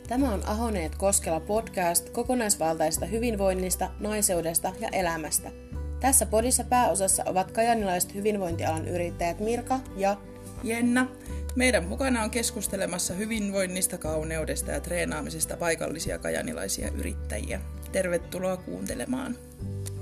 Tämä on Ahoneet Koskela podcast kokonaisvaltaisesta hyvinvoinnista, naiseudesta ja elämästä. Tässä podissa pääosassa ovat kajanilaiset hyvinvointialan yrittäjät Mirka ja Jenna. Meidän mukana on keskustelemassa hyvinvoinnista, kauneudesta ja treenaamisesta paikallisia kajanilaisia yrittäjiä. Tervetuloa kuuntelemaan.